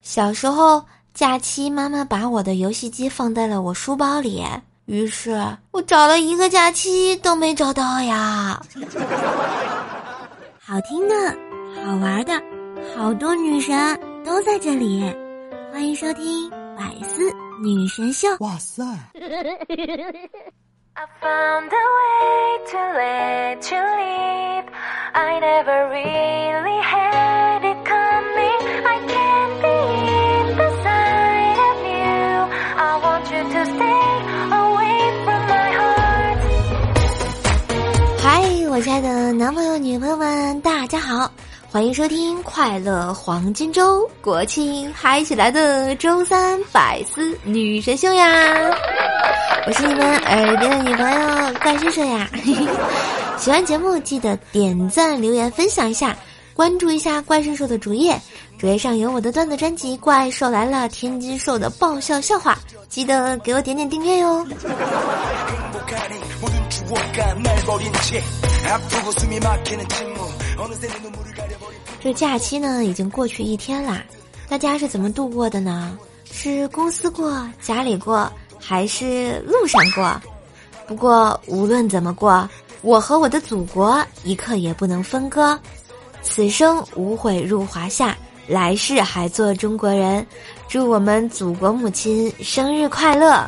小时候假期，妈妈把我的游戏机放在了我书包里，于是我找了一个假期都没找到呀。 好听的，好玩的，好多女神都在这里，欢迎收听百思女神秀。 哇塞 I found a way to let you leave. I never really had it coming. I can't be in the side of you. I want you to stay away from my heart. 嗨，我亲爱的男朋友女朋友们，大家好，欢迎收听快乐黄金周，国庆嗨起来的周三百思女神秀呀！我是你们耳边的女朋友怪叔叔呀。喜欢节目记得点赞留言分享一下，关注一下怪叔叔的主页，主页上有我的段子专辑《怪兽来了》天津兽的爆笑笑话，记得给我点点订阅哟。这假期呢已经过去一天啦，大家是怎么度过的呢？是公司过，家里过，还是路上过？不过无论怎么过，我和我的祖国一刻也不能分割。此生无悔入华夏，来世还做中国人。祝我们祖国母亲生日快乐！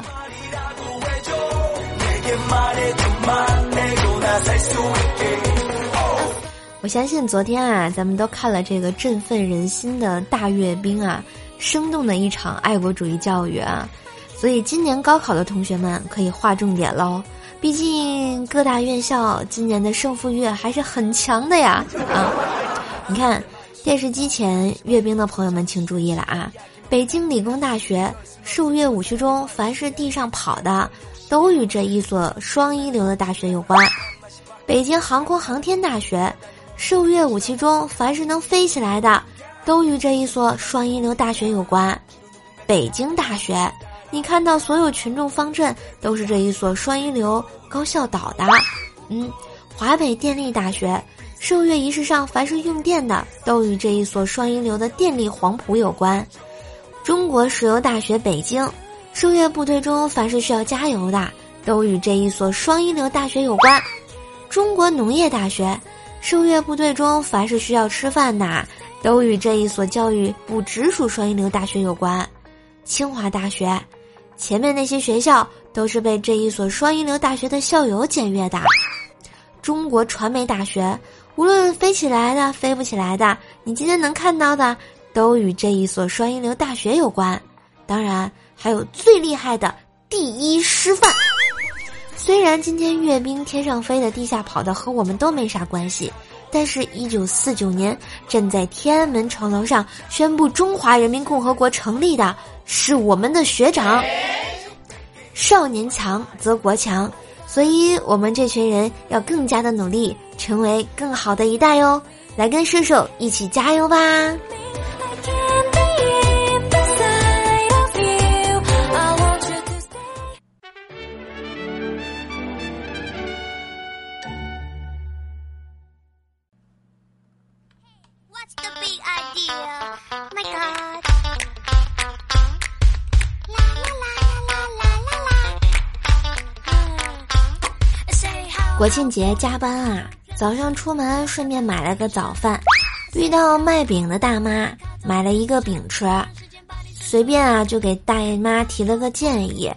我相信昨天啊，咱们都看了这个振奋人心的大阅兵啊，生动的一场爱国主义教育啊。所以今年高考的同学们可以划重点喽，毕竟各大院校今年的胜负欲还是很强的呀啊！你看电视机前阅兵的朋友们请注意了啊！北京理工大学受阅武器中，凡是地上跑的都与这一所双一流的大学有关。北京航空航天大学受阅武器中，凡是能飞起来的都与这一所双一流大学有关。北京大学你看到所有群众方阵都是这一所双一流高校导的。华北电力大学受阅仪式上凡是用电的都与这一所双一流的电力黄埔有关。中国石油大学北京受阅部队中凡是需要加油的都与这一所双一流大学有关。中国农业大学受阅部队中凡是需要吃饭的都与这一所教育部直属双一流大学有关。清华大学前面那些学校都是被这一所双一流大学的校友检阅的。中国传媒大学无论飞起来的飞不起来的，你今天能看到的都与这一所双一流大学有关。当然还有最厉害的第一师范。虽然今天阅兵天上飞的地下跑的和我们都没啥关系，但是1949年站在天安门城楼上宣布中华人民共和国成立的是我们的学长。少年强则国强，所以我们这群人要更加的努力，成为更好的一代哟！来跟射手一起加油吧！国庆节加班啊，早上出门顺便买了个早饭，遇到卖饼的大妈，买了一个饼吃，随便啊就给大爷妈提了个建议。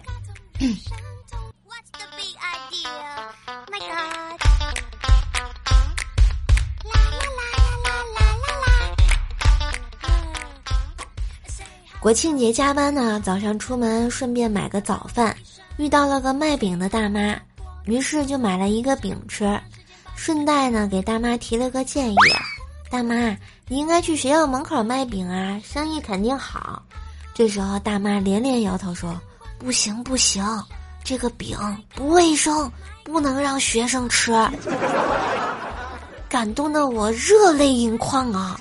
国庆节加班呢，早上出门顺便买个早饭，遇到了个卖饼的大妈，于是就买了一个饼吃，顺带呢给大妈提了个建议：大妈，你应该去学校门口卖饼啊，生意肯定好。这时候大妈连连摇头说：不行不行，这个饼不卫生，不能让学生吃。感动的我热泪盈眶啊！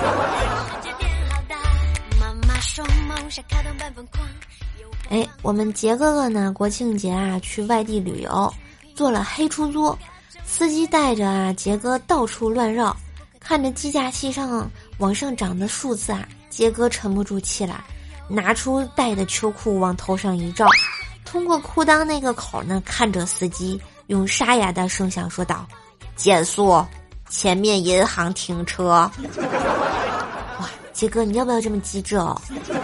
我们杰哥哥呢，国庆节啊去外地旅游，坐了黑出租，司机带着啊杰哥到处乱绕，看着计价器上往上涨的数字啊， 杰哥沉不住气了，拿出带的秋裤往头上一罩，通过裤裆那个口呢，看着司机，用沙哑的声响说道：“减速，前面银行停车。”哇，杰哥，你要不要这么机智哦？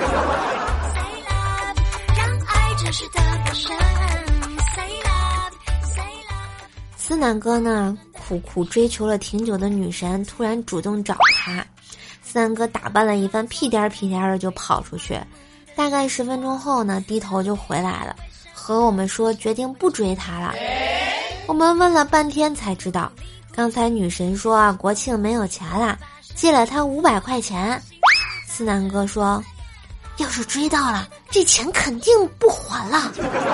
思南哥呢，苦苦追求了挺久的女神突然主动找他，思南哥打扮了一番，屁颠儿屁颠儿的就跑出去，大概10分钟后呢，低头就回来了，和我们说决定不追他了。我们问了半天才知道，刚才女神说啊，国庆没有钱了，借了他500块钱。思南哥说，要是追到了，这钱肯定不还了。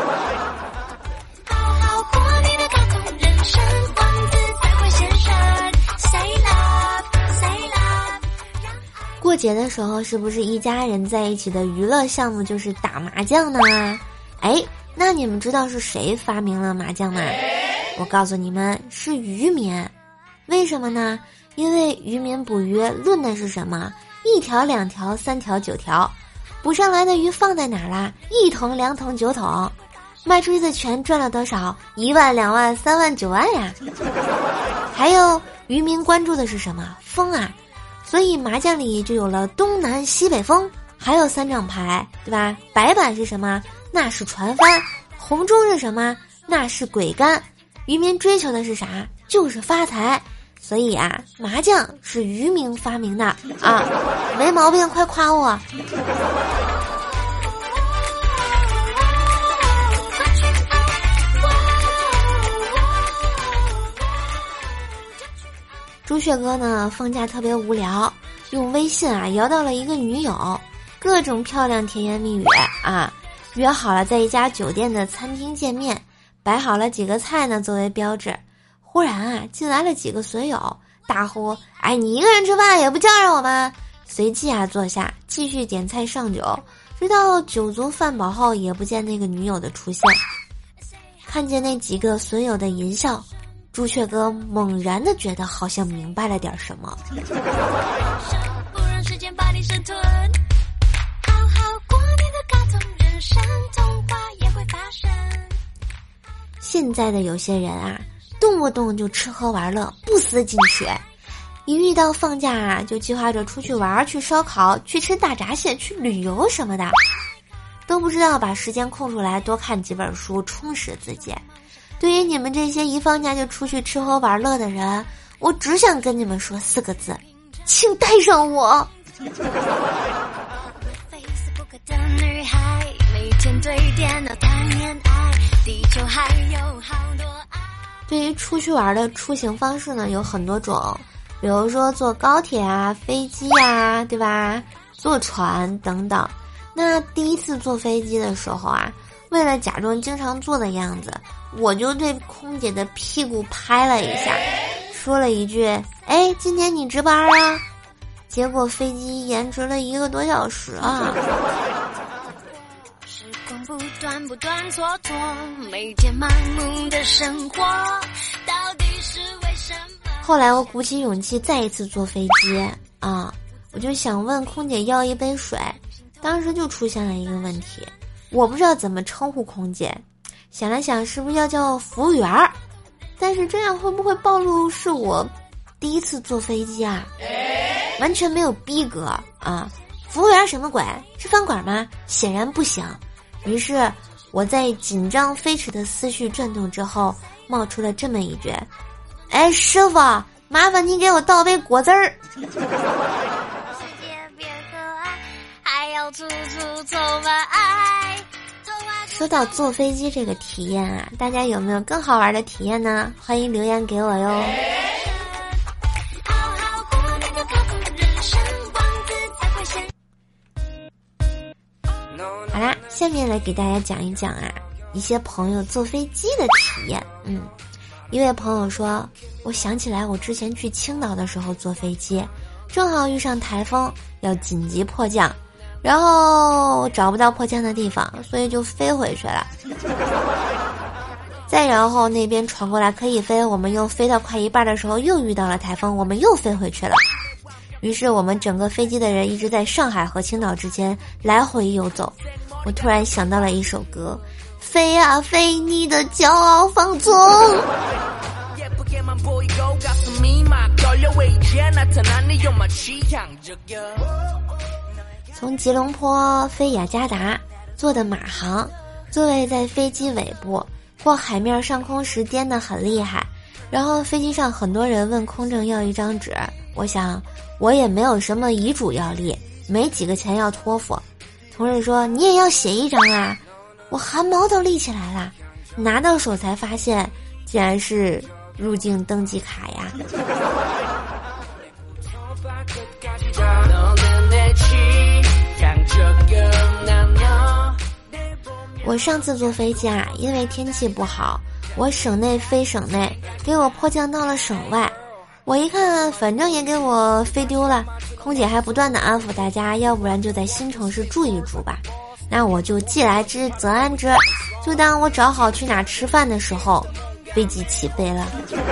过节的时候是不是一家人在一起的娱乐项目就是打麻将呢？哎，那你们知道是谁发明了麻将吗？我告诉你们，是渔民。为什么呢？因为渔民捕鱼论的是什么？1条、2条、3条、9条，捕上来的鱼放在哪儿啦？1桶、2桶、9桶，卖出去的钱赚了多少？1万、2万、3万、9万呀！还有渔民关注的是什么？风啊！所以麻将里就有了东南西北风，还有3张牌，对吧？白板是什么？那是船帆。红中是什么？那是鬼竿。渔民追求的是啥？就是发财。所以啊，麻将是渔民发明的啊，没毛病，快夸我。朱雀哥呢，放假特别无聊，用微信啊摇到了一个女友，各种漂亮甜言蜜语啊，约好了在一家酒店的餐厅见面，摆好了几个菜呢作为标志。忽然啊，进来了几个损友，大呼：“哎，你一个人吃饭也不叫上我们！”随即啊坐下，继续点菜上酒，直到酒足饭饱后，也不见那个女友的出现。看见那几个损友的淫笑，朱雀哥猛然的觉得好像明白了点什么。现在的有些人啊，动不动就吃喝玩乐，不思进取，一遇到放假啊，就计划着出去玩，去烧烤，去吃大闸蟹，去旅游什么的，都不知道把时间空出来多看几本书，充实自己。对于你们这些一放假就出去吃喝玩乐的人，我只想跟你们说4个字，请带上我。对于出去玩的出行方式呢，有很多种，比如说坐高铁啊、飞机啊，对吧？坐船等等。那第一次坐飞机的时候啊，为了假装经常坐的样子，我就对空姐的屁股拍了一下，说了一句：“哎，今天你值班啊？”结果飞机延迟了1个多小时啊！时光不断蹉跎，每天盲目的生活，到底是为什么？后来我鼓起勇气再一次坐飞机啊，我就想问空姐要一杯水，当时就出现了一个问题，我不知道怎么称呼空姐，想了想是不是要叫服务员儿，但是这样会不会暴露是我第一次坐飞机啊？完全没有逼格啊！服务员什么鬼？是饭馆吗？显然不行。于是我在紧张飞驰的思绪转动之后，冒出了这么一句：“哎，师傅，麻烦你给我倒杯果汁儿。”说到坐飞机这个体验啊，大家有没有更好玩的体验呢？欢迎留言给我哟。好啦，下面来给大家讲一讲啊，一些朋友坐飞机的体验。一位朋友说，我想起来我之前去青岛的时候坐飞机，正好遇上台风，要紧急迫降，然后找不到迫降的地方，所以就飞回去了。再然后那边传过来可以飞，我们又飞到快一半的时候又遇到了台风，我们又飞回去了。 于是我们整个飞机的人一直在上海和青岛之间来回游走。我突然想到了一首歌，飞啊飞，你的骄傲放纵。从吉隆坡飞雅加达，坐的马航，座位在飞机尾部，过海面上空时颠得很厉害。然后飞机上很多人问空乘要一张纸，我想我也没有什么遗嘱要立，没几个钱要托付。同事说你也要写一张啊，我汗毛都立起来了，拿到手才发现竟然是入境登记卡呀。我上次坐飞机啊，因为天气不好，我省内飞省内，给我迫降到了省外。我一看反正也给我飞丢了，空姐还不断地安抚大家，要不然就在新城市住一住吧。那我就既来之则安之，就当我找好去哪吃饭的时候，飞机起飞了。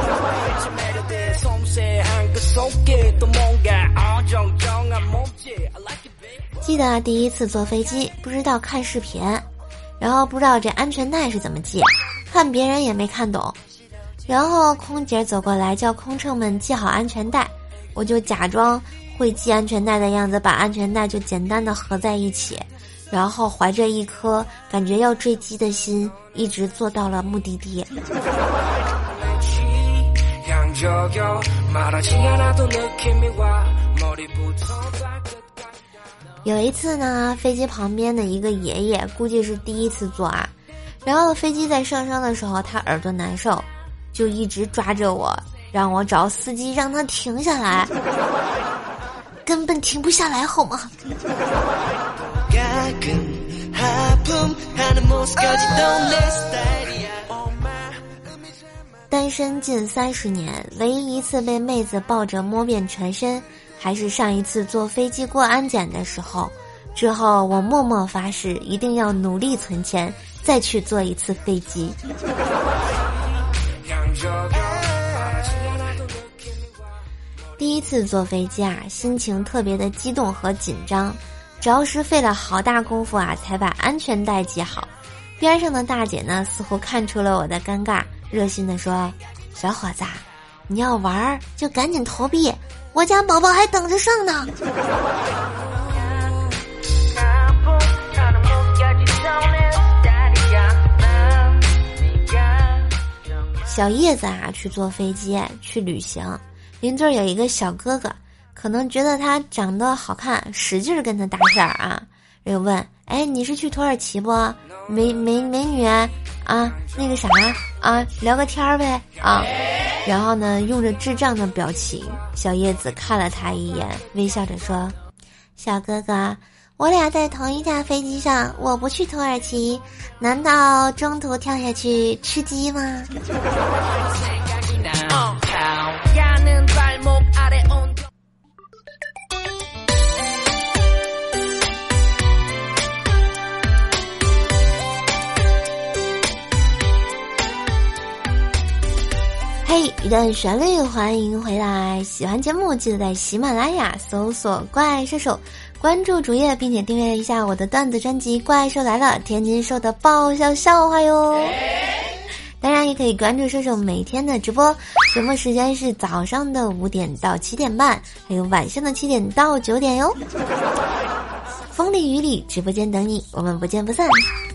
记得第一次坐飞机，不知道看视频，然后不知道这安全带是怎么系，看别人也没看懂。然后空姐走过来叫空乘们系好安全带，我就假装会系安全带的样子，把安全带就简单的合在一起，然后怀着一颗感觉要坠机的心，一直坐到了目的地。有一次呢，飞机旁边的一个爷爷估计是第一次坐啊，然后飞机在上升的时候他耳朵难受，就一直抓着我，让我找司机让他停下来，根本停不下来好吗？单身近30年，唯一一次被妹子抱着摸遍全身，还是上一次坐飞机过安检的时候。之后我默默发誓，一定要努力存钱，再去坐一次飞机。第一次坐飞机啊，心情特别的激动和紧张，着实费了好大功夫啊，才把安全带系好。边上的大姐呢，似乎看出了我的尴尬，热心地说：“小伙子，你要玩就赶紧投币，我家宝宝还等着上呢。”小叶子啊，去坐飞机去旅行，邻座有一个小哥哥，可能觉得他长得好看，使劲跟他搭讪啊，又问：“哎，你是去土耳其不？美女啊，那个啥啊，聊个天呗啊。”然后呢，用着智障的表情，小叶子看了他一眼，微笑着说：“小哥哥，我俩在同一架飞机上，我不去土耳其，难道中途跳下去吃鸡吗？”嘿，一段旋律，欢迎回来！喜欢节目记得在喜马拉雅搜索怪兽手，关注主页，并且订阅一下我的段子专辑《怪兽来了》，天津兽的爆笑笑话哟。当然也可以关注兽兽每天的直播，节目时间是早上的5点到7点半，还有晚上的7点到9点哟。风里雨里，直播间等你，我们不见不散。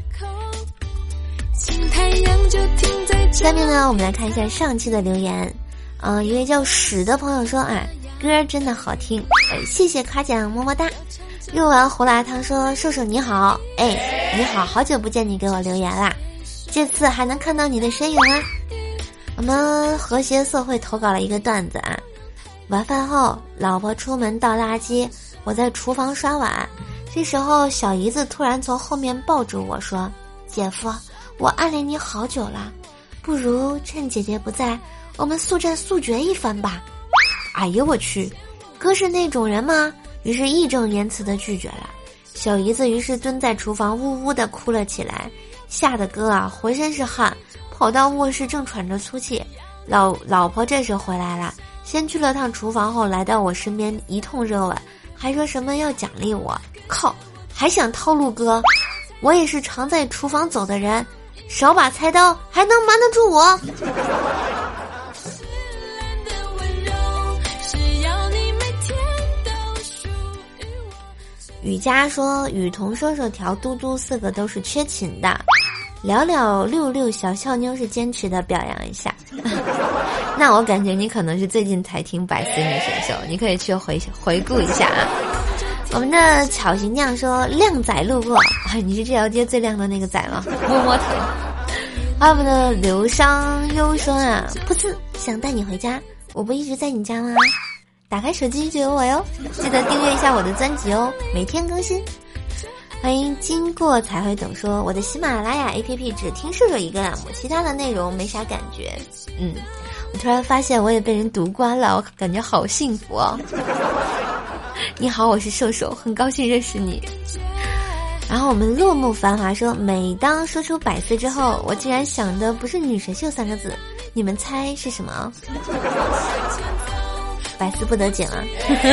下面呢，我们来看一下上期的留言。一位叫史的朋友说啊，歌真的好听，谢谢夸奖，么么哒。肉丸胡辣汤说，瘦瘦你好，你好，好久不见你给我留言啦，这次还能看到你的身影啊。我们和谐社会投稿了一个段子啊，晚饭后老婆出门倒垃圾，我在厨房刷碗，这时候小姨子突然从后面抱住我说，姐夫，我暗恋你好久了，不如趁姐姐不在，我们速战速决一番吧。哎呦我去，哥是那种人吗？于是义正言辞地拒绝了。小姨子于是蹲在厨房呜呜地哭了起来，吓得哥啊浑身是汗，跑到卧室正喘着粗气。老婆这时回来了， 先去了趟厨房后来到我身边一通热吻，还说什么要奖励我，靠，还想套路哥，我也是常在厨房走的人，少把菜刀还能瞒得住我？雨佳说雨桐说说条嘟嘟4个都是缺勤的，寥寥66小俏妞是坚持的，表扬一下。那我感觉你可能是最近才听百思女神秀，你可以去回顾一下啊。我们的巧行酱说靓仔路过，你是这条街最靓的那个仔吗？摸摸头。还有我们的流伤忧酸啊，噗呲，想带你回家，我不一直在你家吗？打开手机就有我哟，记得订阅一下我的专辑哦，每天更新。欢迎经过才会懂说我的喜马拉雅 APP 只听射手一个栏目，其他的内容没啥感觉。我突然发现我也被人读关了，我感觉好幸福哦。你好，我是射手，很高兴认识你。然后我们落幕繁华说，每当说出百思之后，我竟然想的不是女神秀3个字，你们猜是什么？百思不得解了。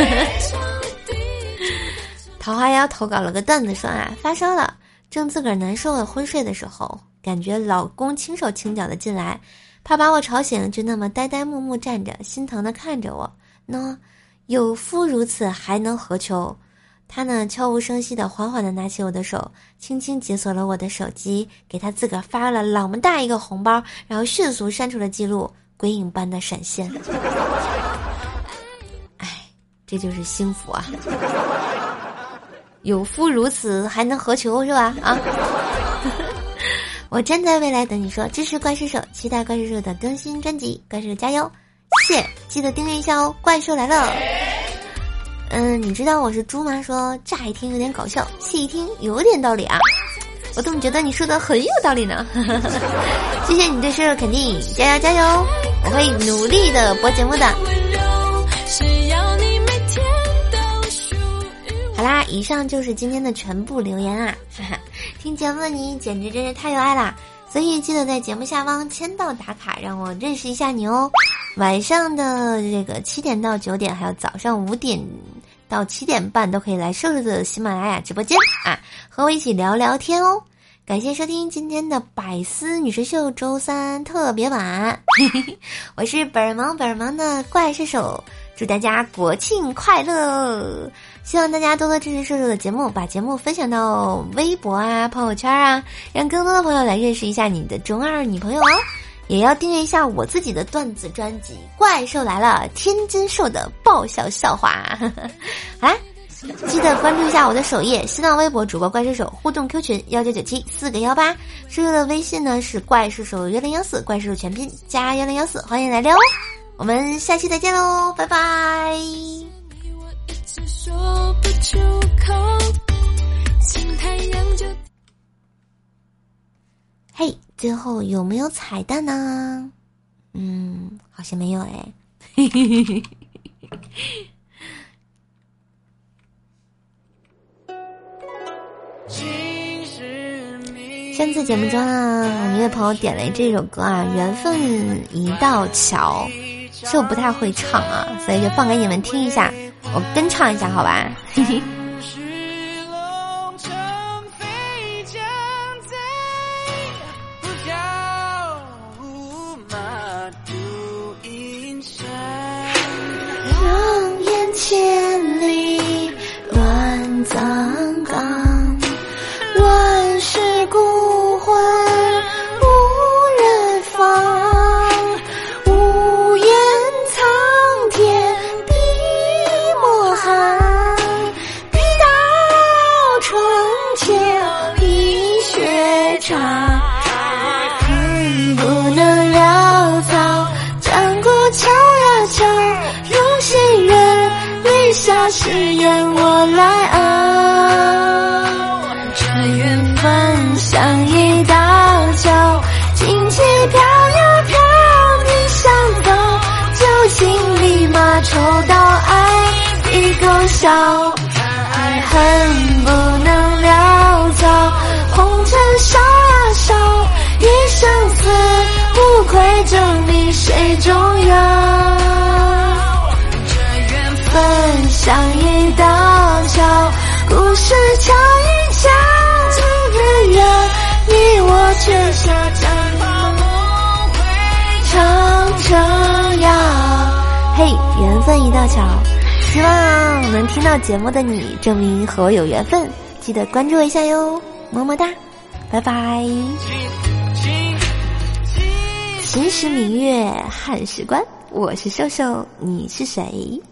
桃花妖投稿了个段子说啊，发烧了，正自个儿难受的昏睡的时候，感觉老公轻手轻脚的进来，怕把我吵醒，就那么呆呆木木站着，心疼的看着我。喏，有夫如此还能何求？他呢悄无声息的缓缓的拿起我的手，轻轻解锁了我的手机，给他自个儿发了老么大一个红包，然后迅速删除了记录，鬼影般的闪现。这就是幸福啊！有夫如此还能何求是吧？啊！我站在未来等你说，支持怪兽手，期待怪兽手的更新专辑，怪兽加油！谢，记得订阅一下哦，怪兽来了。你知道我是猪吗？说乍一听有点搞笑，细一听有点道理啊！我怎么觉得你说的很有道理呢？谢谢你对射手肯定，加油加油！我会努力的播节目的。好啦，以上就是今天的全部留言啊！哈哈，听节目的你简直真是太有爱啦！所以记得在节目下方签到打卡，让我认识一下你哦。晚上的这个7点到9点，还有早上5点到7点半都可以来瘦瘦的喜马拉雅直播间啊，和我一起聊聊天哦。感谢收听今天的百思女神秀周3特别版，我是本儿萌的怪射手，祝大家国庆快乐！希望大家多多支持射手的节目，把节目分享到微博啊、朋友圈啊，让更多的朋友来认识一下你的中二女朋友哦。也要订阅一下我自己的段子专辑《怪兽来了》，天津兽的爆笑笑话。好啦，记得关注一下我的首页，新浪微博主播怪兽手，互动 Q 群1997-4个18，射手的微信呢是怪兽手1014，怪兽手全拼加1014，欢迎来撩哦。我们下期再见喽，拜拜。说不出口，请太阳就嘿，最后有没有彩蛋呢？好像没有哎。上次节目中啊，我们一位朋友点了这首歌啊，缘分一道桥，是我不太会唱啊，所以就放给你们听一下，我跟唱一下好吧。嘿嘿。千里乱葬岗，乱世孤魂无人放，无言苍天碧墨寒，笔到春秋碧血长，恨不能潦草，战过桥呀桥，有心人下誓言我来熬，这缘分像一道桥，荆棘飘呀飘，你想走就请立马抽到爱的狗笑，爱恨不能潦草，红尘烧呀烧，一生死无愧证明谁重要。 缘分一道桥，希望能听到节目的你证明和我有缘分，记得关注一下哟，么么哒，拜拜。秦时明月汉时关，我是秀秀，你是谁？